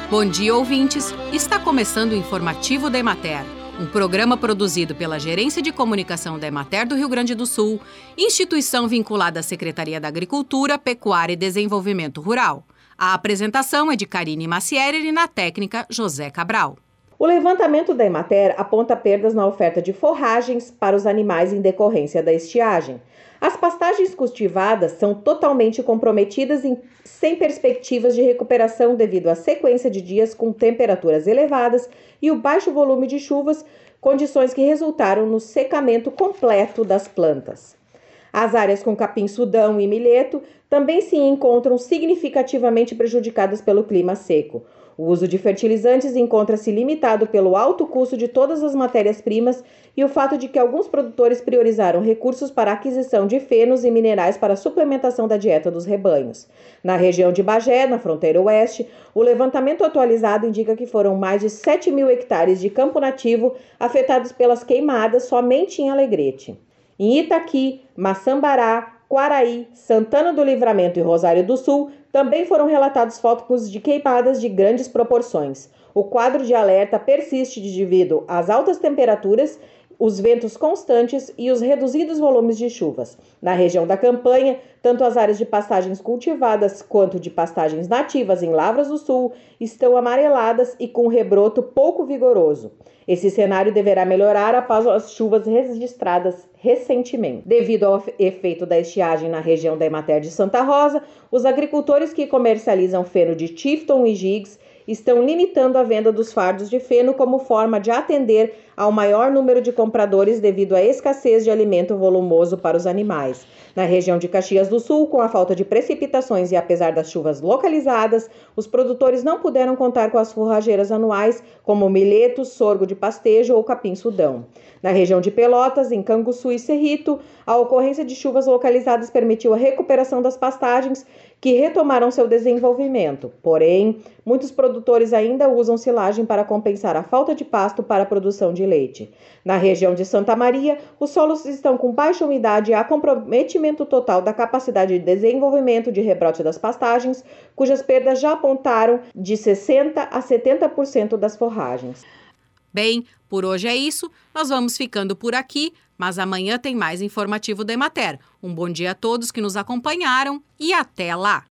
Bom dia, ouvintes! Está começando o Informativo da Emater, um programa produzido pela Gerência de Comunicação da Emater do Rio Grande do Sul, instituição vinculada à Secretaria da Agricultura, Pecuária e Desenvolvimento Rural. A apresentação é de Karine Massierer e na técnica José Cabral. O levantamento da Emater aponta perdas na oferta de forragens para os animais em decorrência da estiagem. As pastagens cultivadas são totalmente comprometidas sem perspectivas de recuperação devido à sequência de dias com temperaturas elevadas e o baixo volume de chuvas, condições que resultaram no secamento completo das plantas. As áreas com capim-sudão e milheto também se encontram significativamente prejudicadas pelo clima seco. O uso de fertilizantes encontra-se limitado pelo alto custo de todas as matérias-primas e o fato de que alguns produtores priorizaram recursos para a aquisição de fenos e minerais para a suplementação da dieta dos rebanhos. Na região de Bagé, na fronteira oeste, o levantamento atualizado indica que foram mais de 7 mil hectares de campo nativo afetados pelas queimadas somente em Alegrete. Em Itaqui, Maçambará, Quaraí, Santana do Livramento e Rosário do Sul também foram relatados focos de queimadas de grandes proporções. O quadro de alerta persiste devido às altas temperaturas, os ventos constantes e os reduzidos volumes de chuvas. Na região da campanha, tanto as áreas de pastagens cultivadas quanto de pastagens nativas em Lavras do Sul estão amareladas e com rebroto pouco vigoroso. Esse cenário deverá melhorar após as chuvas registradas recentemente. Devido ao efeito da estiagem na região da Emater de Santa Rosa, os agricultores que comercializam feno de Tifton e Gigs estão limitando a venda dos fardos de feno como forma de atender ao maior número de compradores devido à escassez de alimento volumoso para os animais. Na região de Caxias do Sul, com a falta de precipitações e apesar das chuvas localizadas, os produtores não puderam contar com as forrageiras anuais, como milheto, sorgo de pastejo ou capim-sudão. Na região de Pelotas, em Canguçu e Cerrito, a ocorrência de chuvas localizadas permitiu a recuperação das pastagens, que retomaram seu desenvolvimento. Porém, muitos produtores ainda usam silagem para compensar a falta de pasto para a produção de leite. Na região de Santa Maria, os solos estão com baixa umidade e há comprometimento total da capacidade de desenvolvimento de rebrote das pastagens, cujas perdas já apontaram de 60% a 70% das forragens. Bem, por hoje é isso. Nós vamos ficando por aqui, mas amanhã tem mais informativo da Emater. Um bom dia a todos que nos acompanharam e até lá!